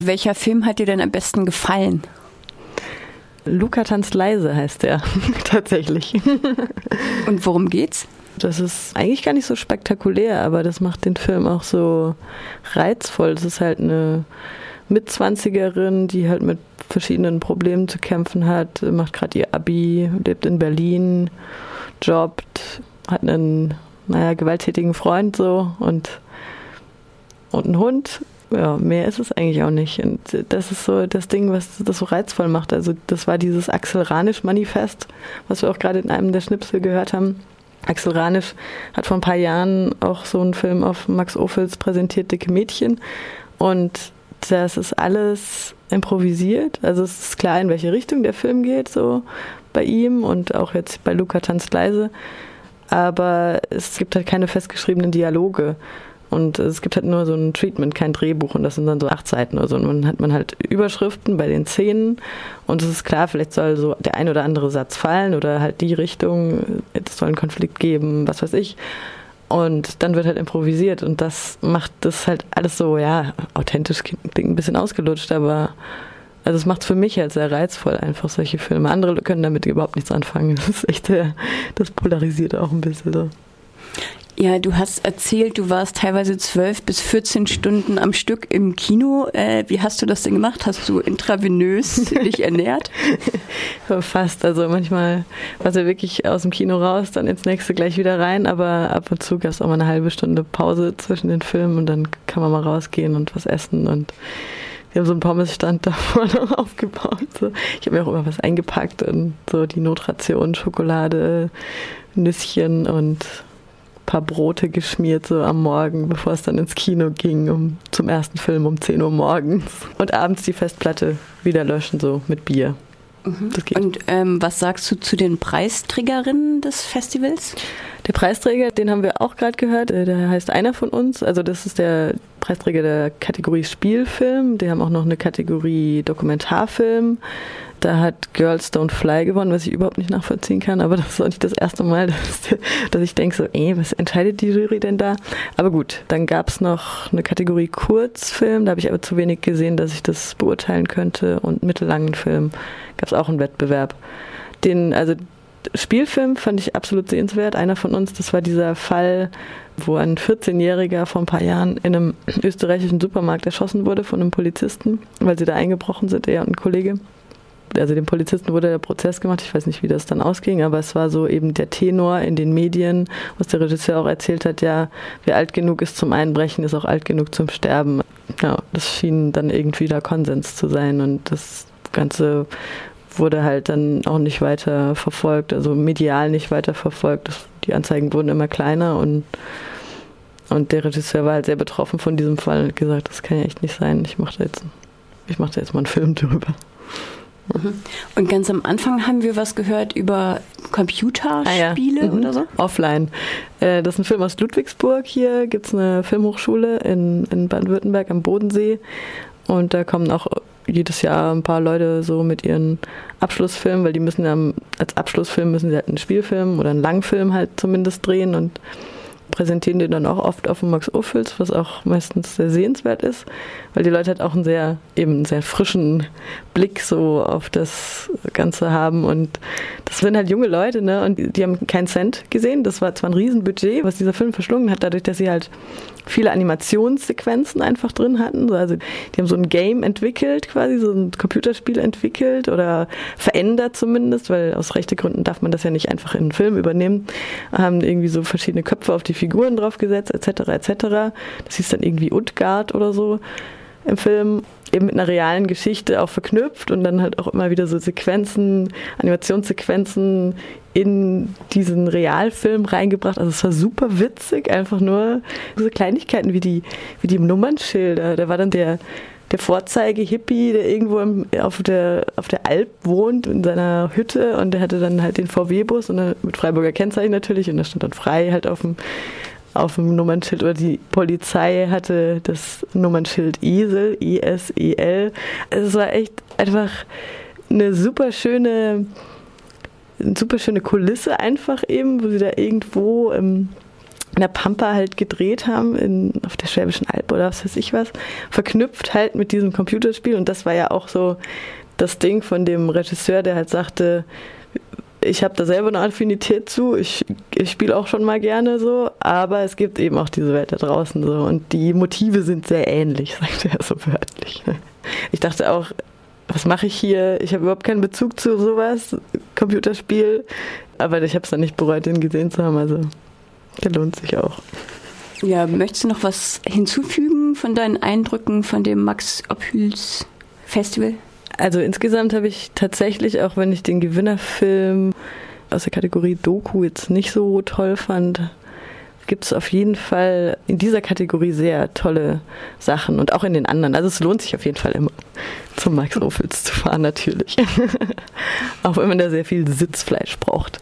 Welcher Film hat dir denn am besten gefallen? Luca tanzt leise heißt der, tatsächlich. Und worum geht's? Das ist eigentlich gar nicht so spektakulär, aber das macht den Film auch so reizvoll. Es ist halt eine Mitzwanzigerin, die halt mit verschiedenen Problemen zu kämpfen hat, macht gerade ihr Abi, lebt in Berlin, jobbt, hat einen, gewalttätigen Freund so und einen Hund. Ja, mehr ist es eigentlich auch nicht. Und das ist so das Ding, was das so reizvoll macht. Also das war dieses Axel Ranisch-Manifest, was wir auch gerade in einem der Schnipsel gehört haben. Axel Ranisch hat vor ein paar Jahren auch so einen Film auf Max Ophüls präsentiert, Dicke Mädchen. Und das ist alles improvisiert. Also es ist klar, in welche Richtung der Film geht, so bei ihm und auch jetzt bei Luca tanzt leise. Aber es gibt halt keine festgeschriebenen Dialoge. Und es gibt halt nur so ein Treatment, kein Drehbuch, und das sind dann so 8 Seiten oder so. Und dann hat man halt Überschriften bei den Szenen und es ist klar, vielleicht soll so der ein oder andere Satz fallen oder halt die Richtung, es soll einen Konflikt geben, was weiß ich. Und dann wird halt improvisiert und das macht das halt alles so, ja, authentisch klingt ein bisschen ausgelutscht, aber also es macht es für mich halt sehr reizvoll, einfach solche Filme. Andere können damit überhaupt nichts anfangen. Das ist echt, das polarisiert auch ein bisschen so. Ja, du hast erzählt, du warst teilweise 12 bis 14 Stunden am Stück im Kino. Wie hast du das denn gemacht? Hast du intravenös dich ernährt? Fast. Also manchmal warst du wirklich aus dem Kino raus, dann ins nächste gleich wieder rein. Aber ab und zu gab es auch mal eine halbe Stunde Pause zwischen den Filmen und dann kann man mal rausgehen und was essen. Und wir haben so einen Pommesstand davor noch aufgebaut. So. Ich habe mir auch immer was eingepackt und so die Notration, Schokolade, Nüsschen und paar Brote geschmiert so am Morgen, bevor es dann ins Kino ging, zum ersten Film um 10 Uhr morgens. Und abends die Festplatte wieder löschen, so mit Bier. Mhm. Das geht. Und was sagst du zu den Preisträgerinnen des Festivals? Der Preisträger, den haben wir auch gerade gehört, der heißt Einer von uns. Also das ist der Preisträger der Kategorie Spielfilm. Die haben auch noch eine Kategorie Dokumentarfilm. Da hat Girls Don't Fly gewonnen, was ich überhaupt nicht nachvollziehen kann, aber das ist auch nicht das erste Mal, dass ich denke so, was entscheidet die Jury denn da? Aber gut, dann gab es noch eine Kategorie Kurzfilm, da habe ich aber zu wenig gesehen, dass ich das beurteilen könnte, und mittellangen Film gab es auch einen Wettbewerb. Also Spielfilm fand ich absolut sehenswert. Einer von uns, das war dieser Fall, wo ein 14-Jähriger vor ein paar Jahren in einem österreichischen Supermarkt erschossen wurde von einem Polizisten, weil sie da eingebrochen sind, er und ein Kollege. Also dem Polizisten wurde der Prozess gemacht, ich weiß nicht, wie das dann ausging, aber es war so eben der Tenor in den Medien, was der Regisseur auch erzählt hat, ja, wer alt genug ist zum Einbrechen, ist auch alt genug zum Sterben. Ja, das schien dann irgendwie da Konsens zu sein und das Ganze wurde halt dann auch nicht weiter verfolgt, also medial nicht weiter verfolgt. Die Anzeigen wurden immer kleiner und der Regisseur war halt sehr betroffen von diesem Fall und hat gesagt, das kann ja echt nicht sein, ich mache da jetzt mal einen Film drüber. Und ganz am Anfang haben wir was gehört über Computerspiele oder so? Offline. Das ist ein Film aus Ludwigsburg. Hier gibt es eine Filmhochschule in Baden-Württemberg am Bodensee. Und da kommen auch jedes Jahr ein paar Leute so mit ihren Abschlussfilmen, weil die müssen ja als Abschlussfilm müssen sie halt einen Spielfilm oder einen Langfilm halt zumindest drehen und präsentieren den dann auch oft auf dem Max Ophüls, was auch meistens sehr sehenswert ist, weil die Leute halt auch einen sehr frischen Blick so auf das Ganze haben und das sind halt junge Leute, ne, und die haben keinen Cent gesehen. Das war zwar ein Riesenbudget, was dieser Film verschlungen hat, dadurch, dass sie halt viele Animationssequenzen einfach drin hatten. Also die haben so ein Game entwickelt, quasi so ein Computerspiel entwickelt oder verändert zumindest, weil aus Rechtegründen darf man das ja nicht einfach in einen Film übernehmen. Haben irgendwie so verschiedene Köpfe auf die Figuren draufgesetzt, etc. etc. Das hieß dann irgendwie Utgard oder so im Film, eben mit einer realen Geschichte auch verknüpft und dann halt auch immer wieder so Sequenzen, Animationssequenzen in diesen Realfilm reingebracht. Also es war super witzig, einfach nur so Kleinigkeiten wie die Nummernschilder. Da war dann der Vorzeige-Hippie, der irgendwo auf der Alp wohnt, in seiner Hütte, und der hatte dann halt den VW-Bus und mit Freiburger Kennzeichen natürlich, und da stand dann frei halt auf dem Nummernschild, oder die Polizei hatte das Nummernschild Esel, ESEL. Es war echt einfach eine super schöne Kulisse einfach eben, wo sie da irgendwo in der Pampa halt gedreht haben, auf der Schwäbischen Alb oder was weiß ich was, verknüpft halt mit diesem Computerspiel. Und das war ja auch so das Ding von dem Regisseur, der halt sagte, ich habe da selber eine Affinität zu, ich spiele auch schon mal gerne so, aber es gibt eben auch diese Welt da draußen so und die Motive sind sehr ähnlich, sagte er so wörtlich. Ich dachte auch, was mache ich hier? Ich habe überhaupt keinen Bezug zu sowas, Computerspiel, aber ich habe es dann nicht bereut, den gesehen zu haben, also der lohnt sich auch. Ja, möchtest du noch was hinzufügen von deinen Eindrücken von dem Max Ophüls Festival? Also insgesamt habe ich tatsächlich, auch wenn ich den Gewinnerfilm aus der Kategorie Doku jetzt nicht so toll fand, gibt es auf jeden Fall in dieser Kategorie sehr tolle Sachen und auch in den anderen. Also es lohnt sich auf jeden Fall immer, zum Max Ophüls zu fahren, natürlich. Auch wenn man da sehr viel Sitzfleisch braucht.